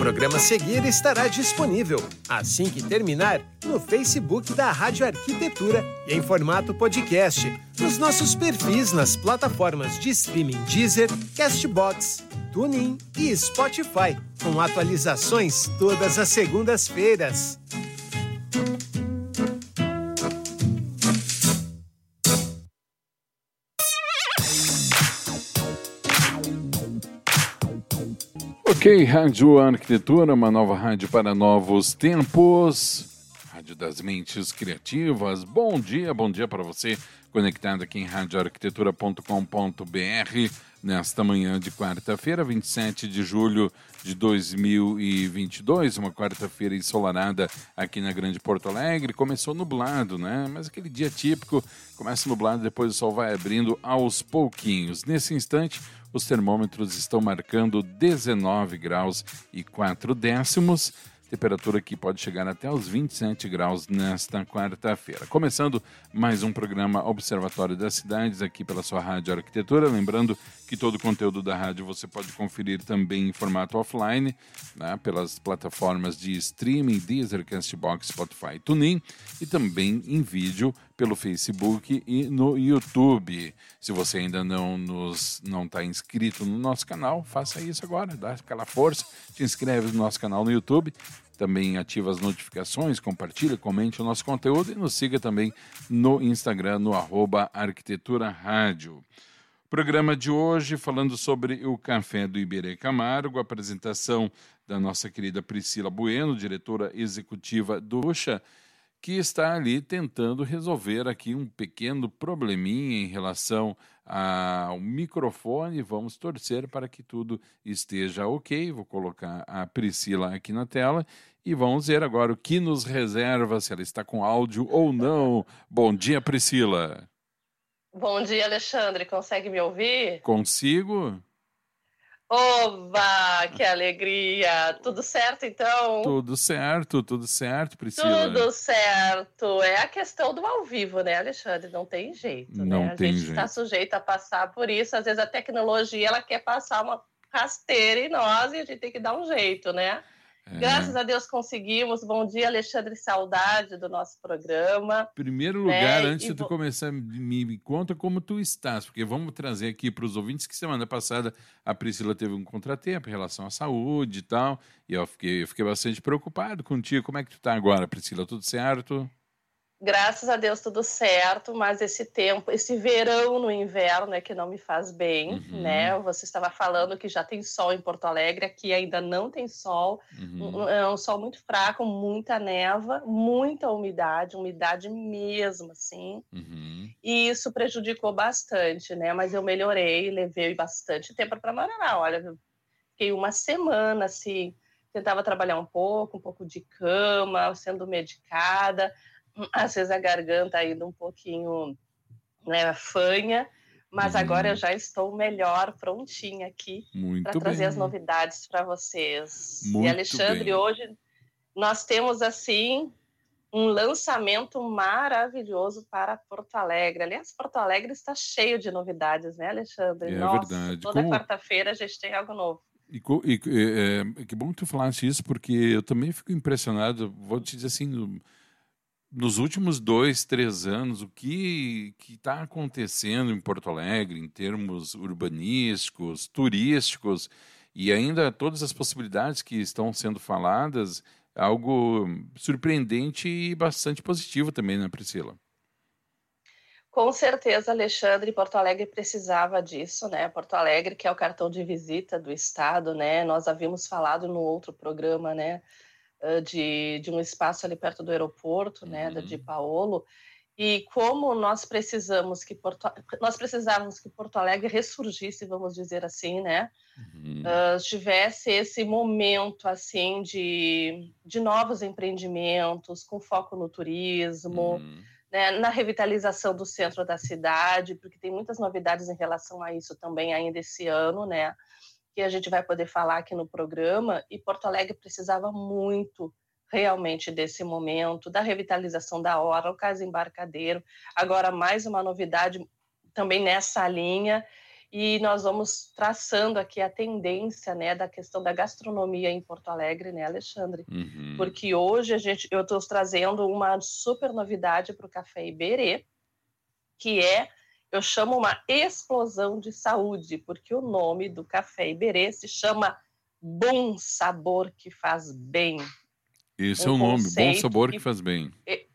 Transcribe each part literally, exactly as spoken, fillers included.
programa a seguir estará disponível, assim que terminar, no Facebook da Rádio Arquitetura e em formato podcast, nos nossos perfis nas plataformas de streaming Deezer, Castbox, TuneIn e Spotify, com atualizações todas as segundas-feiras. Ok, Rádio Arquitetura, uma nova rádio para novos tempos, rádio das mentes criativas. Bom dia, bom dia para você, conectado aqui em rádio arquitetura ponto com ponto b r, nesta manhã de quarta-feira, vinte e sete de julho de dois mil e vinte e dois, uma quarta-feira ensolarada aqui na Grande Porto Alegre. Começou nublado, né? Mas aquele dia típico, começa nublado, depois o sol vai abrindo aos pouquinhos. Nesse instante, os termômetros estão marcando dezenove graus e quatro décimos. Temperatura que pode chegar até os vinte e sete graus nesta quarta-feira. Começando mais um programa Observatório das Cidades aqui pela sua Rádio Arquitetura. Lembrando que todo o conteúdo da rádio você pode conferir também em formato offline, né, pelas plataformas de streaming, Deezer, Castbox, Spotify, TuneIn, e também em vídeo pelo Facebook e no YouTube. Se você ainda não nos não está inscrito no nosso canal, faça isso agora, dá aquela força, te inscreve no nosso canal no YouTube. Também ativa as notificações, compartilha, comente o nosso conteúdo e nos siga também no Instagram, no arroba Arquitetura Rádio. Programa de hoje falando sobre o Café do Iberê Camargo, a apresentação da nossa querida Priscila Bueno, diretora executiva do Ruxa, que está ali tentando resolver aqui um pequeno probleminha em relação ao microfone. Vamos torcer para que tudo esteja ok. Vou colocar a Priscila aqui na tela e vamos ver agora o que nos reserva, se ela está com áudio ou não. Bom dia, Priscila. Bom dia, Alexandre. Consegue me ouvir? Consigo. Oba, que alegria! Tudo certo, então? Tudo certo, tudo certo, Priscila. Tudo certo. É a questão do ao vivo, né, Alexandre? Não tem jeito, Não né? tem a gente jeito. está sujeito a passar por isso. Às vezes a tecnologia ela quer passar uma rasteira em nós e a gente tem que dar um jeito, né? É. Graças a Deus conseguimos. Bom dia, Alexandre. Saudade do nosso programa. Primeiro lugar, né? antes E de tu vo... começar, me, me conta como tu estás, porque vamos trazer aqui para os ouvintes que semana passada a Priscila teve um contratempo em relação à saúde e tal, e eu fiquei, eu fiquei bastante preocupado contigo. Como é que tu está agora, Priscila? Tudo certo? Graças a Deus tudo certo, mas esse tempo, esse verão no inverno é que não me faz bem, Uhum. né? Você estava falando que já tem sol em Porto Alegre, aqui ainda não tem sol, Uhum. é um sol muito fraco, muita névoa, muita umidade, umidade mesmo, assim, Uhum. e isso prejudicou bastante, né? Mas eu melhorei, levei bastante tempo para melhorar. Olha, eu fiquei uma semana assim, tentava trabalhar um pouco, um pouco de cama, sendo medicada. Às vezes a garganta ainda um pouquinho, né, fanha, mas Uhum. agora eu já estou melhor, prontinha aqui para trazer bem. as novidades para vocês. Muito e Alexandre, bem. hoje nós temos assim um lançamento maravilhoso para Porto Alegre. Aliás, Porto Alegre está cheio de novidades, né, Alexandre? É Nossa, verdade. toda Como... quarta-feira a gente tem algo novo. E, e é, que bom que tu falaste isso, porque eu também fico impressionado, vou te dizer assim, no, nos últimos dois, três anos, o que está acontecendo em Porto Alegre em termos urbanísticos, turísticos, e ainda todas as possibilidades que estão sendo faladas, algo surpreendente e bastante positivo também, né, Priscila? Com certeza, Alexandre, Porto Alegre precisava disso, né? Porto Alegre, que é o cartão de visita do estado, né? Nós havíamos falado no outro programa, né? De, de um espaço ali perto do aeroporto, né? Uhum. Da de Paolo. E como nós precisamos que Porto, nós precisávamos que Porto Alegre ressurgisse, vamos dizer assim, né? Uhum. Uh, tivesse esse momento assim de, de novos empreendimentos com foco no turismo. Uhum. Né, na revitalização do centro da cidade, porque tem muitas novidades em relação a isso também ainda esse ano, né, que a gente vai poder falar aqui no programa, e Porto Alegre precisava muito realmente desse momento, da revitalização da Orla, o Cais Embarcadero, agora mais uma novidade também nessa linha, e nós vamos traçando aqui a tendência, né, da questão da gastronomia em Porto Alegre, né, Alexandre? Uhum. Porque hoje a gente, eu estou trazendo uma super novidade para o Café Iberê, que é, eu chamo uma explosão de saúde, porque o nome do Café Iberê se chama Bom Sabor que Faz Bem. Esse um é o nome, Bom Sabor que, que Faz Bem. É,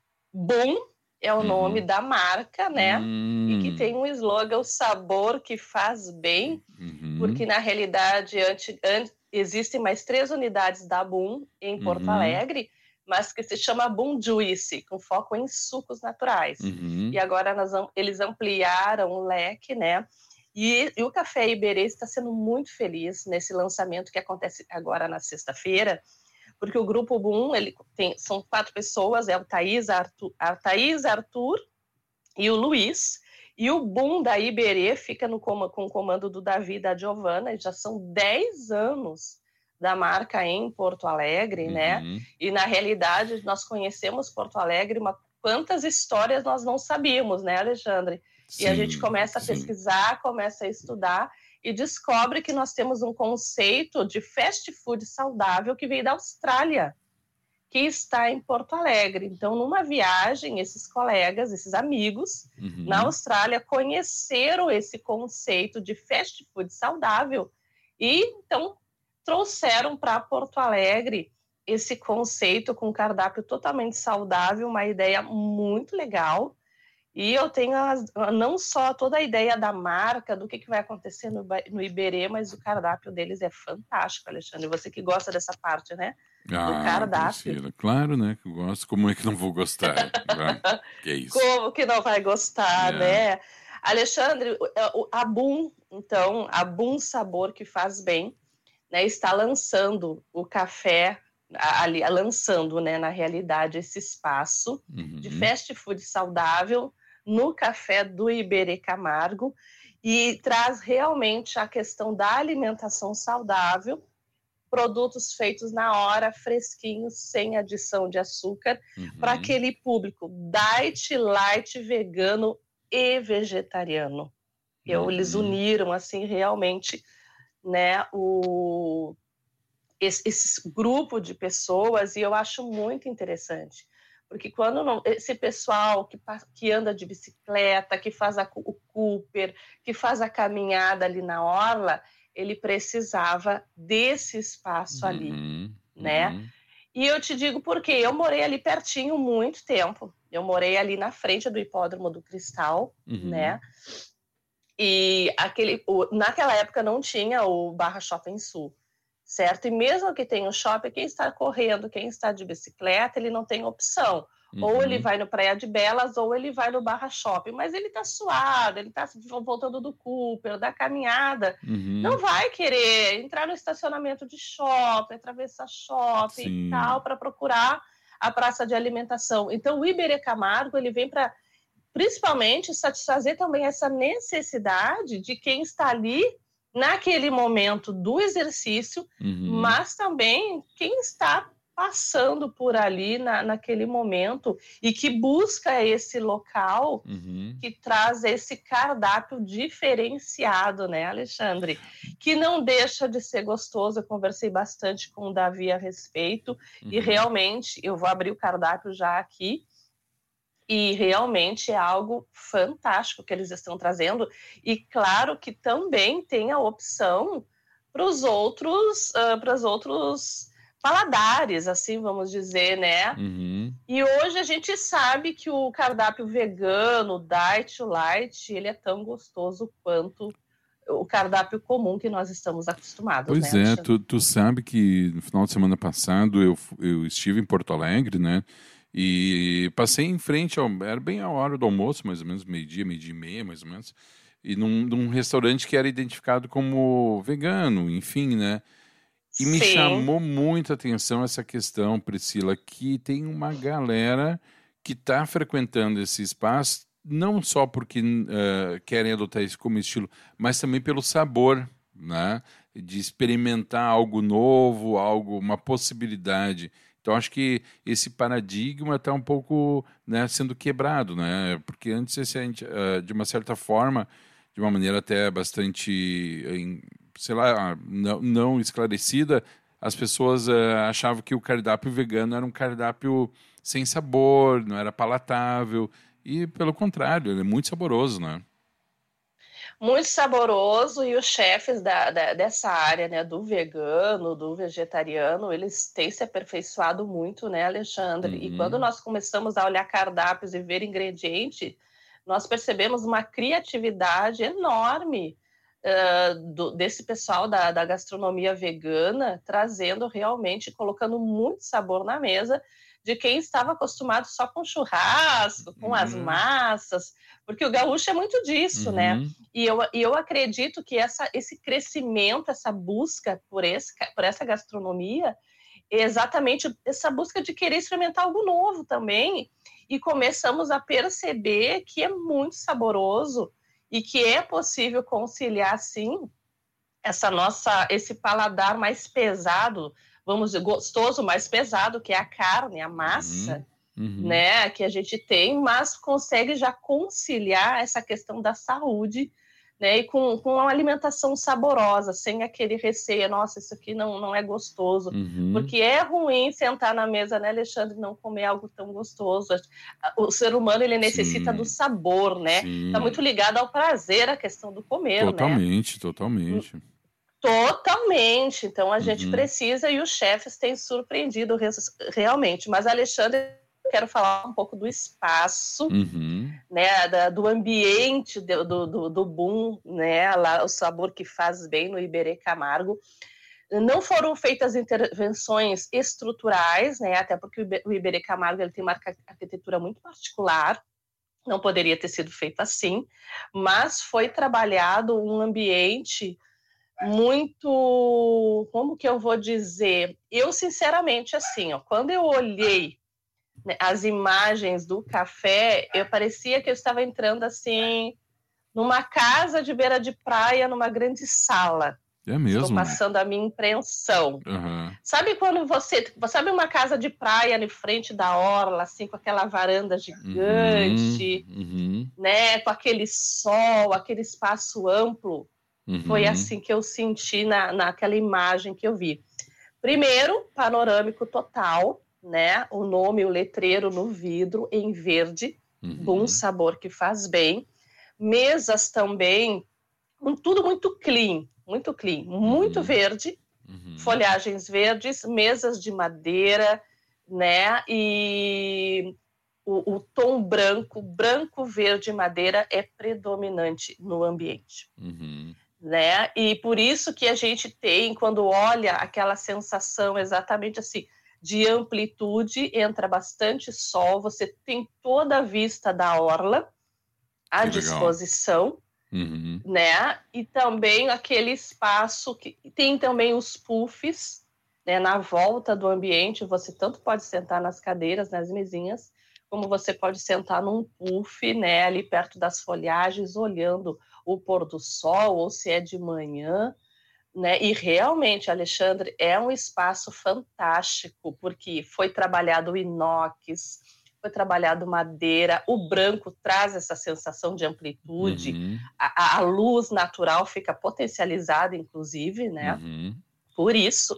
bom é o Uhum. nome da marca, né? Hum. E que tem um slogan, o sabor que faz bem, uhum. porque na realidade antes, antes, existem mais três unidades da Boom em Porto uhum. Alegre, mas que se chama Boom Juice, com foco em sucos naturais. Uhum. E agora nós, eles ampliaram o leque, né? E, e o Café Iberê está sendo muito feliz nesse lançamento que acontece agora na sexta-feira, porque o Grupo Boom, ele tem, são quatro pessoas, é o Thaís, Arthur, a Thaís, Arthur e o Luiz, e o Boom da Iberê fica no, com o comando do Davi e da Giovana, e já são dez anos da marca em Porto Alegre, uhum. né? E na realidade nós conhecemos Porto Alegre, mas quantas histórias nós não sabíamos, né, Alexandre? Sim, e a gente começa a sim. pesquisar, começa a estudar, e descobre que nós temos um conceito de fast food saudável que veio da Austrália, que está em Porto Alegre. Então, numa viagem, esses colegas, esses amigos, uhum. na Austrália, conheceram esse conceito de fast food saudável e, então, trouxeram para Porto Alegre esse conceito com cardápio totalmente saudável, uma ideia muito legal. E eu tenho a, não só toda a ideia da marca, do que, que vai acontecer no, no Iberê, mas o cardápio deles é fantástico, Alexandre. Você que gosta dessa parte, né? Ah, do cardápio. Priscila, claro, né? Que eu gosto. Como é que não vou gostar? Que é isso? Como que não vai gostar, é. né? Alexandre, a Boom, então, a Boom Sabor que Faz Bem, né, está lançando o café, ali, lançando, né, na realidade, esse espaço uhum. de fast food saudável no café do Iberê Camargo e traz realmente a questão da alimentação saudável, produtos feitos na hora, fresquinhos, sem adição de açúcar, uhum. para aquele público diet, light, vegano e vegetariano. Uhum. Eles uniram, assim, realmente, né, o... esse, esse grupo de pessoas, e eu acho muito interessante. Porque quando não, esse pessoal que, que anda de bicicleta, que faz a, o Cooper, que faz a caminhada ali na orla, ele precisava desse espaço ali, uhum, né? Uhum. E eu te digo por quê. Eu morei ali pertinho muito tempo. Eu morei ali na frente do Hipódromo do Cristal, uhum. né? E aquele, o, naquela época não tinha o Barra Shopping Sul, certo? E mesmo que tenha o shopping, quem está correndo, quem está de bicicleta, ele não tem opção. Uhum. Ou ele vai no Praia de Belas, ou ele vai no Barra Shopping. Mas ele tá suado, ele tá voltando do Cooper, da caminhada. Uhum. Não vai querer entrar no estacionamento de shopping, atravessar shopping Sim. e tal, para procurar a praça de alimentação. Então, o Iberê Camargo, ele vem para, principalmente, satisfazer também essa necessidade de quem está ali naquele momento do exercício, uhum. mas também quem está passando por ali na, naquele momento e que busca esse local uhum. que traz esse cardápio diferenciado, né, Alexandre? Que não deixa de ser gostoso. Eu conversei bastante com o Davi a respeito uhum. e realmente eu vou abrir o cardápio já aqui. E realmente é algo fantástico que eles estão trazendo. E claro que também tem a opção para os outros, uh, para os outros paladares, assim vamos dizer, né? Uhum. E hoje a gente sabe que o cardápio vegano, diet, light, ele é tão gostoso quanto o cardápio comum que nós estamos acostumados. Pois né, é, tu, tu sabe que no final de semana passado eu, eu estive em Porto Alegre, né? E passei em frente, ao, era bem a hora do almoço, mais ou menos meio-dia, meio-dia e meia, mais ou menos, e num, num restaurante que era identificado como vegano, enfim, né? E me Sim. chamou muito a atenção essa questão, Priscila, que tem uma galera que está frequentando esse espaço, não só porque uh, querem adotar isso como estilo, mas também pelo sabor, né? De experimentar algo novo, algo, uma possibilidade. Então, acho que esse paradigma está um pouco, né, sendo quebrado, né? Porque antes, esse, uh, de uma certa forma, de uma maneira até bastante, sei lá, não, não esclarecida, as pessoas uh, achavam que o cardápio vegano era um cardápio sem sabor, não era palatável, e pelo contrário, ele é muito saboroso, né? Muito saboroso, e os chefes da, da, dessa área, né, do vegano, do vegetariano, eles têm se aperfeiçoado muito, né, Alexandre? Uhum. E quando nós começamos a olhar cardápios e ver ingrediente, nós percebemos uma criatividade enorme uh, do, desse pessoal da, da gastronomia vegana, trazendo realmente, colocando muito sabor na mesa, de quem estava acostumado só com churrasco, com uhum. as massas, porque o gaúcho é muito disso, uhum. né? E eu, e eu acredito que essa, esse crescimento, essa busca por, esse, por essa gastronomia, é exatamente essa busca de querer experimentar algo novo também, e começamos a perceber que é muito saboroso e que é possível conciliar, sim, essa nossa, esse paladar mais pesado, vamos dizer, gostoso, mais pesado, que é a carne, a massa, uhum, uhum. né, que a gente tem, mas consegue já conciliar essa questão da saúde, né, e com, com uma alimentação saborosa, sem aquele receio, nossa, isso aqui não, não é gostoso, uhum. porque é ruim sentar na mesa, né, Alexandre, não comer algo tão gostoso. O ser humano, ele necessita Sim. do sabor, né, está muito ligado ao prazer, a questão do comer, totalmente, né? Totalmente, totalmente. Totalmente, então a gente uhum. precisa, e os chefes têm surpreendido realmente, mas Alexandre, eu quero falar um pouco do espaço, uhum. né, da, do ambiente do, do, do boom, né, lá, o sabor que faz bem no Iberê Camargo. Não foram feitas intervenções estruturais, né, até porque o Iberê Camargo ele tem uma arquitetura muito particular, não poderia ter sido feito assim, mas foi trabalhado um ambiente muito, como que eu vou dizer, eu sinceramente assim, ó, quando eu olhei, né, as imagens do café, eu parecia que eu estava entrando assim numa casa de beira de praia, numa grande sala. É mesmo? Estou passando a minha impressão. Uhum. Sabe quando você, sabe uma casa de praia na frente da orla, assim, com aquela varanda gigante, uhum. Uhum. né, com aquele sol, aquele espaço amplo? Uhum. Foi assim que eu senti na, naquela imagem que eu vi. Primeiro, panorâmico total, né? O nome, o letreiro no vidro, em verde, uhum. bom sabor que faz bem. Mesas também, tudo muito clean, muito clean, muito uhum. verde, uhum. folhagens verdes, mesas de madeira, né? E o, o tom branco, branco, verde e madeira é predominante no ambiente. Uhum. Né? E por isso que a gente tem, quando olha aquela sensação exatamente assim, de amplitude, entra bastante sol, você tem toda a vista da orla à disposição, uhum. né? E também aquele espaço que tem também os puffs, né? Na volta do ambiente, você tanto pode sentar nas cadeiras, nas mesinhas, como você pode sentar num puff, né? Ali perto das folhagens, olhando o pôr do sol, ou se é de manhã, né? E realmente, Alexandre, é um espaço fantástico, porque foi trabalhado inox, foi trabalhado madeira, o branco traz essa sensação de amplitude, uhum. a, a luz natural fica potencializada, inclusive, né? Uhum. Por isso.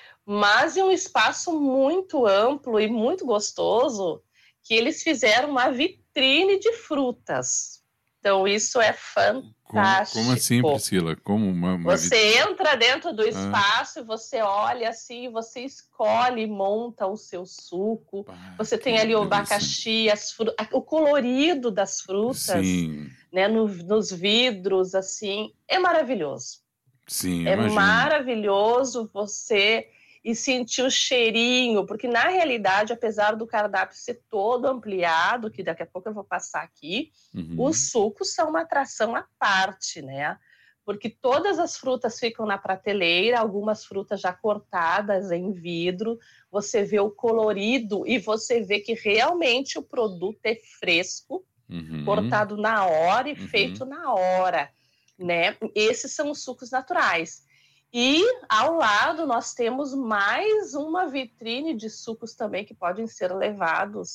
Mas é um espaço muito amplo e muito gostoso, que eles fizeram uma vitrine de frutas. Então, isso é fantástico. Como, como assim, Priscila? Como uma, uma você vit... entra dentro do espaço ah. e você olha assim, você escolhe e monta o seu suco. Ah, você tem ali o abacaxi, as fru... o colorido das frutas, Sim. né, no, nos vidros, assim. É maravilhoso. Sim, é imagino. maravilhoso você... e sentir o cheirinho, porque na realidade, apesar do cardápio ser todo ampliado, que daqui a pouco eu vou passar aqui, uhum. os sucos são uma atração à parte, né? Porque todas as frutas ficam na prateleira, algumas frutas já cortadas em vidro, você vê o colorido e você vê que realmente o produto é fresco, uhum. cortado na hora e uhum. feito na hora, né? Esses são os sucos naturais. E ao lado nós temos mais uma vitrine de sucos também que podem ser levados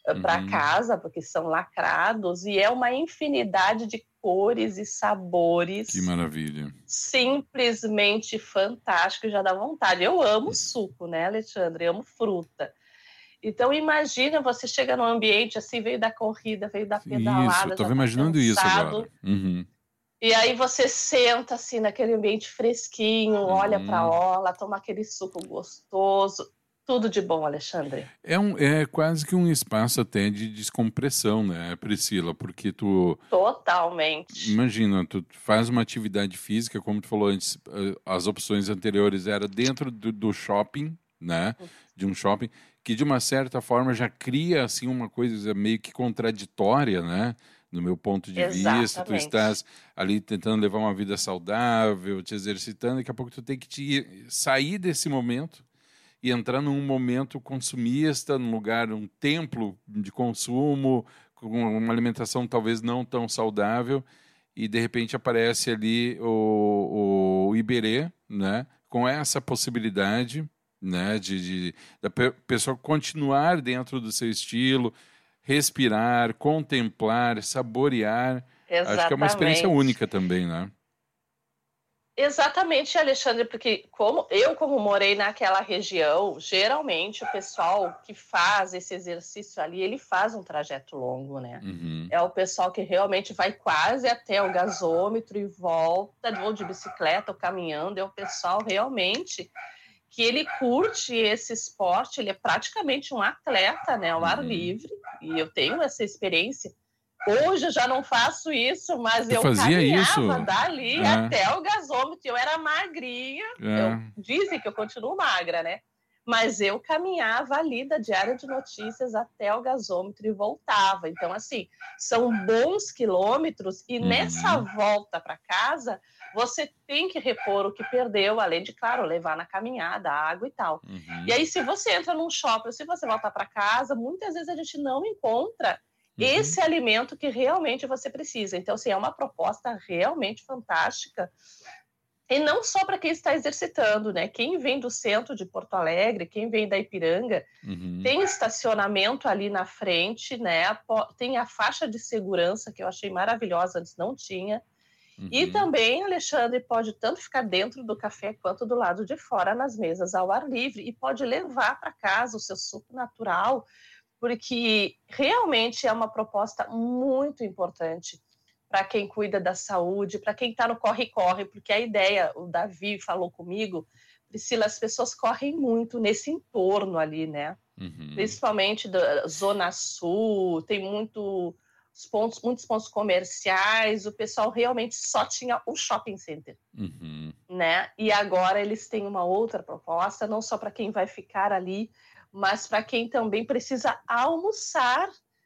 para Uhum. casa, porque são lacrados, e é uma infinidade de cores e sabores. Que maravilha. Simplesmente fantástico, já dá vontade. Eu amo suco, né, Alexandre? Eu amo fruta. Então, imagina, você chega num ambiente assim, veio da corrida, veio da pedalada, Isso, eu já estava tá imaginando isso cansado. agora. Uhum. E aí você senta assim naquele ambiente fresquinho, Uhum. olha para a orla, toma aquele suco gostoso. Tudo de bom, Alexandre. É, um, é quase que um espaço até de descompressão, né, Priscila? Porque tu... Totalmente. Imagina, tu faz uma atividade física, como tu falou antes, as opções anteriores eram dentro do, do shopping, né? De um shopping, que de uma certa forma já cria, assim, uma coisa meio que contraditória, né? No meu ponto de Exatamente. vista, tu estás ali tentando levar uma vida saudável, te exercitando, daqui a pouco tu tem que te sair desse momento e entrar num momento consumista, num lugar, um templo de consumo, com uma alimentação talvez não tão saudável, e de repente aparece ali o, o Iberê, né, com essa possibilidade, né, de, de da pessoa continuar dentro do seu estilo, respirar, contemplar, saborear. Exatamente. Acho que é uma experiência única também, né? Exatamente, Alexandre, porque como eu, como morei naquela região, geralmente o pessoal que faz esse exercício ali, ele faz um trajeto longo, né? Uhum. É o pessoal que realmente vai quase até o gasômetro e volta, ou de bicicleta ou caminhando, é o pessoal realmente que ele curte esse esporte, ele é praticamente um atleta, né, ao Uhum. ar livre, e eu tenho essa experiência. Hoje eu já não faço isso, mas Tu eu fazia caminhava isso? dali É. até o gasômetro. Eu era magrinha, É. eu, dizem que eu continuo magra, né? Mas eu caminhava ali da Diário de Notícias até o gasômetro e voltava. Então, assim, são bons quilômetros e Uhum. nessa volta para casa, você tem que repor o que perdeu, além de, claro, levar na caminhada, água e tal. Uhum. E aí, se você entra num shopping, se você voltar para casa, muitas vezes a gente não encontra Uhum. esse alimento que realmente você precisa. Então, assim, é uma proposta realmente fantástica. E não só para quem está exercitando, né? Quem vem do centro de Porto Alegre, quem vem da Ipiranga, Uhum. tem estacionamento ali na frente, né? Tem a faixa de segurança, que eu achei maravilhosa, antes não tinha. Uhum. E também, Alexandre, pode tanto ficar dentro do café quanto do lado de fora, nas mesas ao ar livre, e pode levar para casa o seu suco natural, porque realmente é uma proposta muito importante para quem cuida da saúde, para quem está no corre-corre, porque a ideia, o Davi falou comigo, Priscila, as pessoas correm muito nesse entorno ali, né? Uhum. Principalmente da Zona Sul, tem muito, pontos, muitos pontos comerciais, o pessoal realmente só tinha o shopping center. Uhum. Né? E agora eles têm uma outra proposta, não só para quem vai ficar ali, mas para quem também precisa almoçar.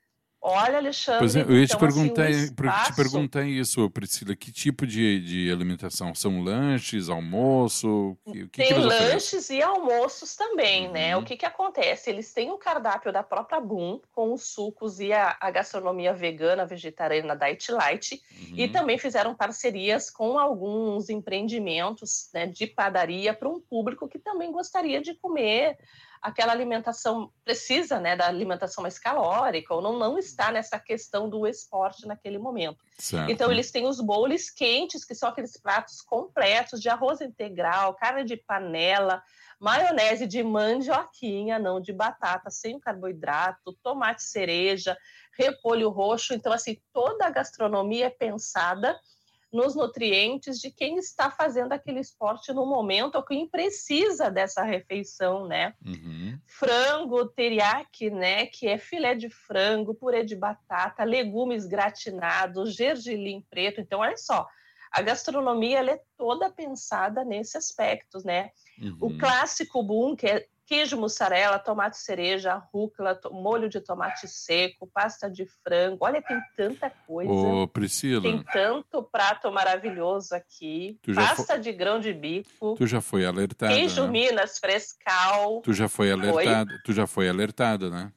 Olha, Alexandre, pois é, eu ia então, te perguntar, assim, um espaço... te perguntar isso, Priscila, que tipo de, de alimentação? São lanches, almoço? O que, o que Tem que eles lanches oferecem? e almoços também, Uhum. né? O que que acontece? Eles têm o cardápio da própria Boom, com os sucos e a, a gastronomia vegana, vegetariana da Eat Light, Uhum. e também fizeram parcerias com alguns empreendimentos, né, de padaria para um público que também gostaria de comer aquela alimentação, precisa, né, da alimentação mais calórica, ou não, não está nessa questão do esporte naquele momento. Certo. Então, eles têm os bowls quentes, que são aqueles pratos completos de arroz integral, carne de panela, maionese de mandioquinha, não de batata, sem carboidrato, tomate cereja, repolho roxo. Então, assim, toda a gastronomia é pensada nos nutrientes de quem está fazendo aquele esporte no momento, ou quem precisa dessa refeição, né? Uhum. Frango teriyaki, né? Que é filé de frango, purê de batata, legumes gratinados, gergelim preto. Então, olha só, a gastronomia ela é toda pensada nesse aspecto, né? Uhum. O clássico boom, que é queijo mussarela, tomate cereja, rúcula, molho de tomate seco, pasta de frango. Olha, tem tanta coisa. Ô, Priscila. Tem tanto prato maravilhoso aqui. Pasta foi... de grão de bico. Tu já foi alertada, Queijo né? Minas frescal. Tu já foi alertada, Oi? tu já foi alertada, né?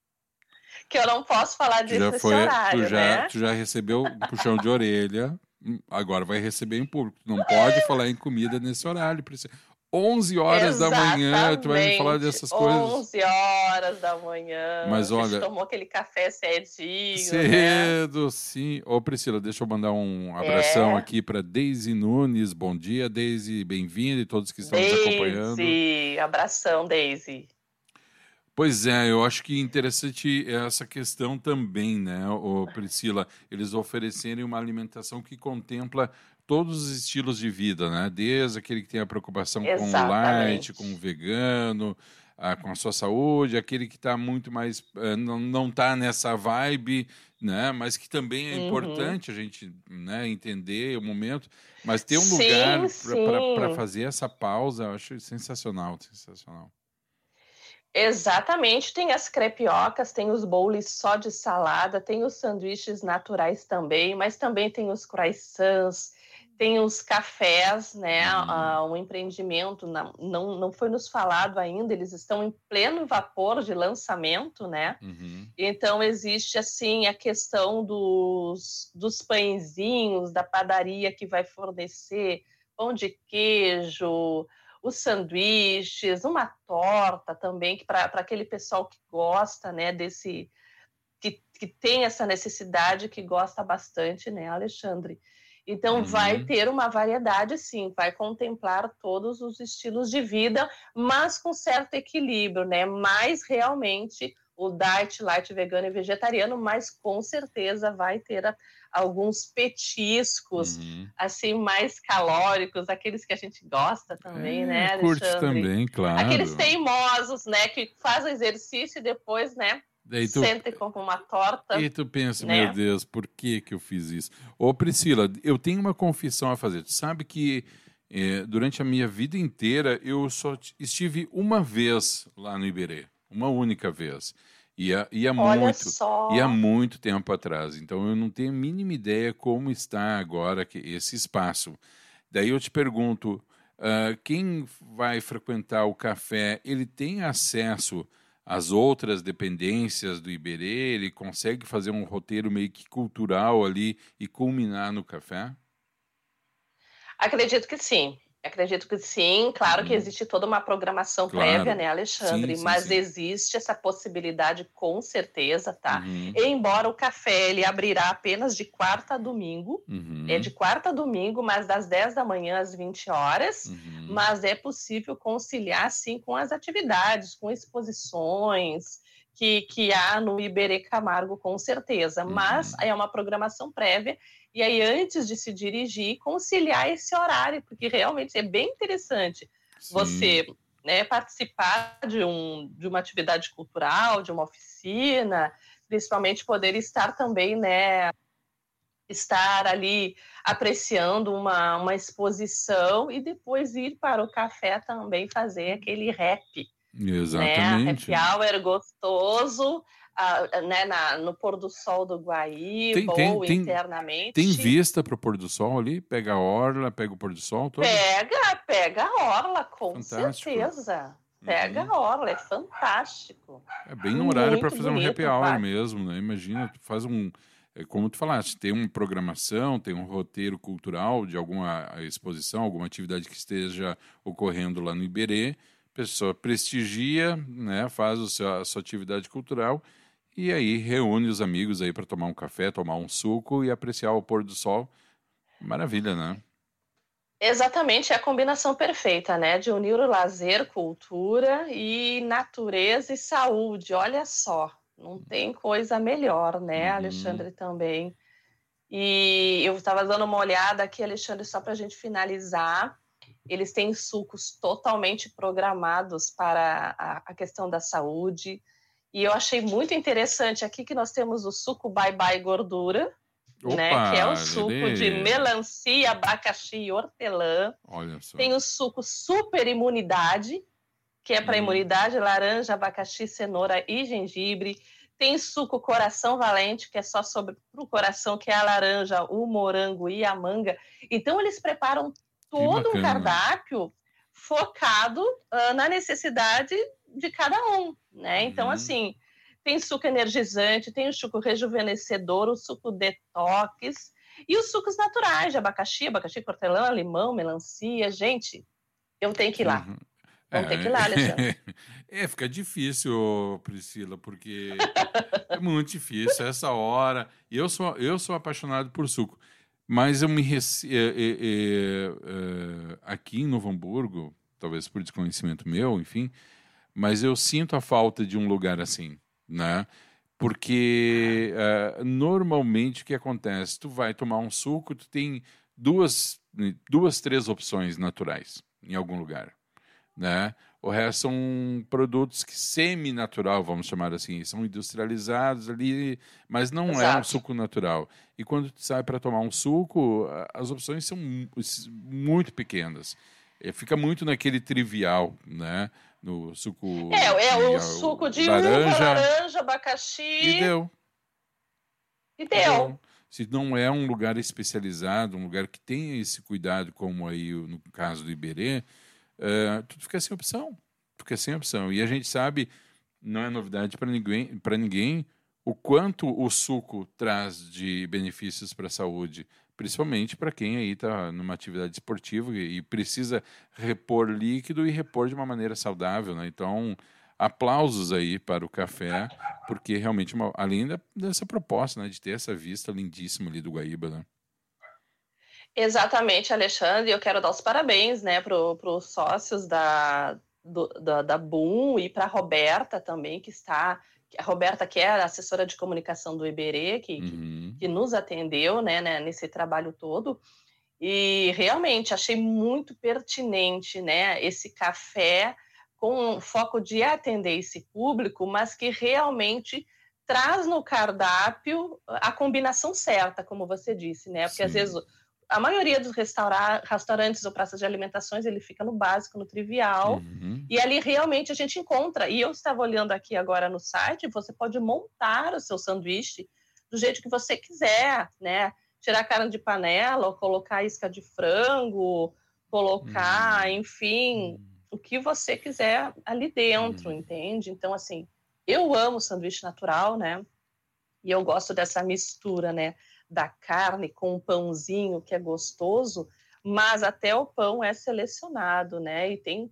Que eu não posso falar tu disso já nesse foi, horário, tu já, né? Tu já recebeu um puxão de orelha, agora vai receber em público. Tu não pode falar em comida nesse horário, Priscila. onze horas da manhã, tu vai me falar dessas coisas. onze horas da manhã. Mas olha, a gente tomou aquele café cedinho, cedo, né? sim. Ô, Priscila, deixa eu mandar um abração É. aqui para Deise Nunes. Bom dia, Deise, bem-vinda, e todos que estão Deise, nos acompanhando. Abração, Deise. Pois é, eu acho que interessante essa questão também, né, ô, Priscila, eles oferecerem uma alimentação que contempla todos os estilos de vida, né? Desde aquele que tem a preocupação com o light, com o vegano, ah, com a sua saúde, aquele que está muito mais, eh, não, não tá nessa vibe, né? Mas que também é uhum. importante a gente, né, entender o momento, mas ter um sim, lugar para fazer essa pausa, eu acho sensacional, sensacional. Exatamente, tem as crepiocas, tem os bowls só de salada, tem os sanduíches naturais também, mas também tem os croissants, tem os cafés, né? Uhum. Uh, um empreendimento não, não, não foi nos falado ainda, eles estão em pleno vapor de lançamento, né? Uhum. Então existe assim a questão dos, dos pãezinhos da padaria que vai fornecer pão de queijo, os sanduíches, uma torta também, que para aquele pessoal que gosta, né, desse, que, que tem essa necessidade, que gosta bastante, né, Alexandre? Então, uhum. vai ter uma variedade, sim, vai contemplar todos os estilos de vida, mas com certo equilíbrio, né? Mais realmente o diet, light, vegano e vegetariano, mas com certeza vai ter a, alguns petiscos, uhum. assim, mais calóricos, aqueles que a gente gosta também, é, né, Alexandre? Curte também, claro. Aqueles teimosos, né, que fazem exercício e depois, né, Daí tu, sentem com uma torta. E tu pensa, né? Meu Deus, por que que eu fiz isso? Ô, Priscila, eu tenho uma confissão a fazer. Tu sabe que eh, durante a minha vida inteira eu só estive uma vez lá no Iberê. Uma única vez. E há, e há muito, só. e há muito tempo atrás. Então eu não tenho a mínima ideia como está agora que, esse espaço. Daí eu te pergunto, uh, quem vai frequentar o café, ele tem acesso as outras dependências do Iberê, ele consegue fazer um roteiro meio que cultural ali e culminar no café? Acredito que sim. Acredito que sim. Claro uhum. que existe toda uma programação claro. prévia, né, Alexandre? Sim, sim, Mas sim. existe essa possibilidade com certeza, tá? Uhum. Embora o café ele abrirá apenas de quarta a domingo, uhum. é de quarta a domingo, mas das dez da manhã às vinte horas, uhum. mas é possível conciliar, sim, com as atividades, com exposições que, que há no Iberê Camargo, com certeza. Uhum. Mas é uma programação prévia. E aí, antes de se dirigir, conciliar esse horário, porque realmente é bem interessante Sim. você, né, participar de, um, de uma atividade cultural, de uma oficina, principalmente poder estar também, né, estar ali apreciando uma, uma exposição e depois ir para o café também fazer aquele rap. Exatamente. Né? Happy hour gostoso, Uh, né, na, no pôr do sol do Guaíba tem, ou tem, internamente. Tem vista para o pôr do sol ali? Pega a orla, pega o pôr do sol todo? Pega, pega a orla, com fantástico. certeza. Pega uhum. a orla, é fantástico. É bem no horário para fazer bonito, um happy hour vai. mesmo, né? Imagina, tu faz um... Como tu falaste, tem uma programação, tem um roteiro cultural de alguma exposição, alguma atividade que esteja ocorrendo lá no Iberê, a pessoa prestigia, né, faz o seu, a sua atividade cultural e aí reúne os amigos aí para tomar um café, tomar um suco e apreciar o pôr do sol. Maravilha, né? Exatamente, é a combinação perfeita, né? De unir o lazer, cultura e natureza e saúde. Olha só, não tem coisa melhor, né, uhum. Alexandre, também. E eu estava dando uma olhada aqui, Alexandre, só para a gente finalizar. Eles têm sucos totalmente programados para a, a questão da saúde. E eu achei muito interessante aqui que nós temos o suco Bye Bye Gordura, Opa, né, que é o suco Lelê. de melancia, abacaxi e hortelã. Olha só. Tem o suco Super Imunidade, que é para hum. imunidade, laranja, abacaxi, cenoura e gengibre. Tem suco Coração Valente, que é só sobre o coração, que é a laranja, o morango e a manga. Então, eles preparam todo um cardápio focado uh, na necessidade de cada um, né? Então, uhum. assim, tem suco energizante, tem o suco rejuvenescedor, o suco detox e os sucos naturais de abacaxi, abacaxi, hortelã, limão, melancia. Gente, Eu tenho que ir lá. Uhum. Vamos É, ter que ir lá, Alexandre. é, fica difícil, Priscila, porque é muito difícil essa hora. E eu sou, eu sou apaixonado por suco, mas eu me rece... é, é, é, é, aqui em Novo Hamburgo, talvez por desconhecimento meu, enfim, mas eu sinto a falta de um lugar assim, né? Porque uh, normalmente o que acontece? Tu vai tomar um suco, tu tem duas, duas, três opções naturais em algum lugar, né? O resto são produtos que semi-natural, vamos chamar assim, são industrializados ali, mas não é um Exato. suco natural. E quando tu sai para tomar um suco, as opções são muito pequenas. É, fica muito naquele trivial, né? No suco É, é de o ah, suco de uva, laranja laranja, e abacaxi deu, e e deu. deu. Se não é um lugar especializado, um lugar que tenha esse cuidado, como aí no caso do Iberê, uh, tu fica sem opção. Tu fica sem opção. E a gente sabe, não é novidade para ninguém, para ninguém, o quanto o suco traz de benefícios para a saúde, principalmente para quem aí está numa atividade esportiva e, e precisa repor líquido e repor de uma maneira saudável, né? Então, aplausos aí para o café, porque realmente, uma, além da, dessa proposta, né, de ter essa vista lindíssima ali do Guaíba, né? Exatamente, Alexandre. Eu quero dar os parabéns, né, para os sócios da, do, da, da Boom e para a Roberta também, que está... A Roberta, que é a assessora de comunicação do Iberê, que, Uhum. que, que nos atendeu, né, né, nesse trabalho todo. E realmente achei muito pertinente, né, esse café com foco de atender esse público, mas que realmente traz no cardápio a combinação certa, como você disse, né? Porque Sim. às vezes a maioria dos restaura- restaurantes ou praças de alimentações, ele fica no básico, no trivial, Uhum. e ali realmente a gente encontra. E eu estava olhando aqui agora no site, você pode montar o seu sanduíche do jeito que você quiser, né? Tirar carne de panela, ou colocar isca de frango, colocar, Uhum. enfim, uhum. o que você quiser ali dentro, Uhum. entende? Então, assim, eu amo sanduíche natural, né? E eu gosto dessa mistura, né? Da carne com o pãozinho, que é gostoso, mas até o pão é selecionado, né? E tem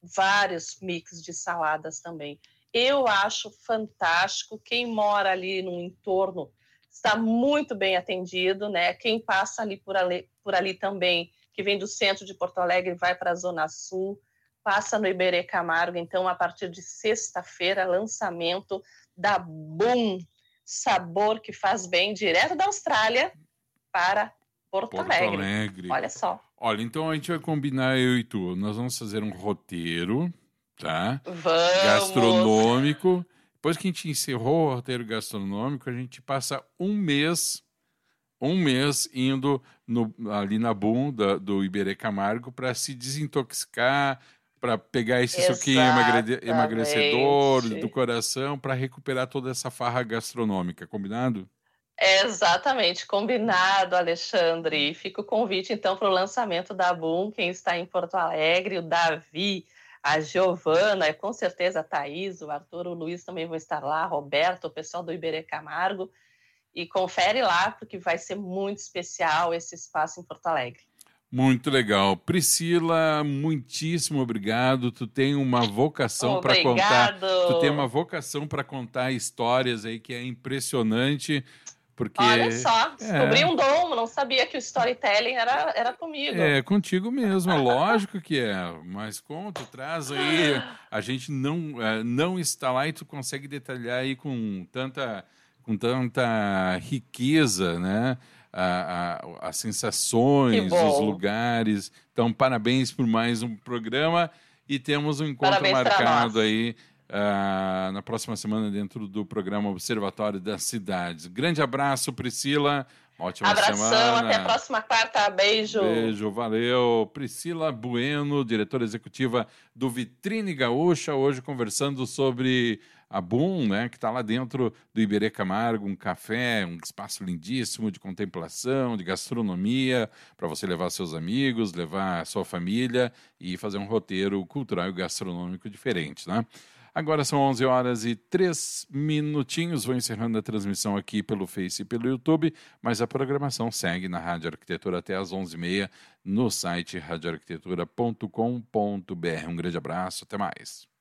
vários mix de saladas também. Eu acho fantástico. Quem mora ali no entorno está muito bem atendido, né? Quem passa ali por ali, por ali também, que vem do centro de Porto Alegre, vai para a Zona Sul, passa no Iberê Camargo. Então, a partir de sexta-feira, lançamento da Boom, sabor que faz bem, direto da Austrália para Porto, Porto Alegre. Alegre. Olha só. Olha, então a gente vai combinar, eu e tu. Nós vamos fazer um roteiro, tá? Vamos! Gastronômico. Depois que a gente encerrou o roteiro gastronômico, a gente passa um mês, um mês indo no, ali na bunda do Iberê Camargo para se desintoxicar, para pegar esse suquinho emagre- emagrecedor do coração, para recuperar toda essa farra gastronômica, combinado? Exatamente, combinado, Alexandre. Fica o convite, então, para o lançamento da Boom, quem está em Porto Alegre, o Davi, a Giovana, com certeza a Thaís, o Arthur, o Luiz também vão estar lá, Roberto, o pessoal do Iberê Camargo. E confere lá, porque vai ser muito especial esse espaço em Porto Alegre. Muito legal. Priscila, muitíssimo obrigado. Tu tem uma vocação para contar. Tu tem uma vocação para contar histórias aí que é impressionante. Porque, olha só, descobri é, um dom, não sabia que o storytelling era, era comigo. É, contigo mesmo, lógico que é. Mas como tu traz aí, a gente não, não está lá e tu consegue detalhar aí com tanta, com tanta riqueza, né? A, a, as sensações, os lugares. Então, parabéns por mais um programa e temos um encontro parabéns marcado aí uh, na próxima semana dentro do programa Observatório das Cidades. Grande abraço, Priscila. Ótima Abração, semana. até a próxima quarta. Beijo. Beijo, valeu. Priscila Bueno, diretora executiva do Vitrine Gaúcha, hoje conversando sobre a Boom, né, que está lá dentro do Iberê Camargo, um café, um espaço lindíssimo de contemplação, de gastronomia, para você levar seus amigos, levar a sua família e fazer um roteiro cultural e gastronômico diferente, né? Agora são onze horas e três minutinhos. Vou encerrando a transmissão aqui pelo Face e pelo YouTube, mas a programação segue na Rádio Arquitetura até às onze e meia no site rádio arquitetura ponto com ponto b r. Um grande abraço, até mais.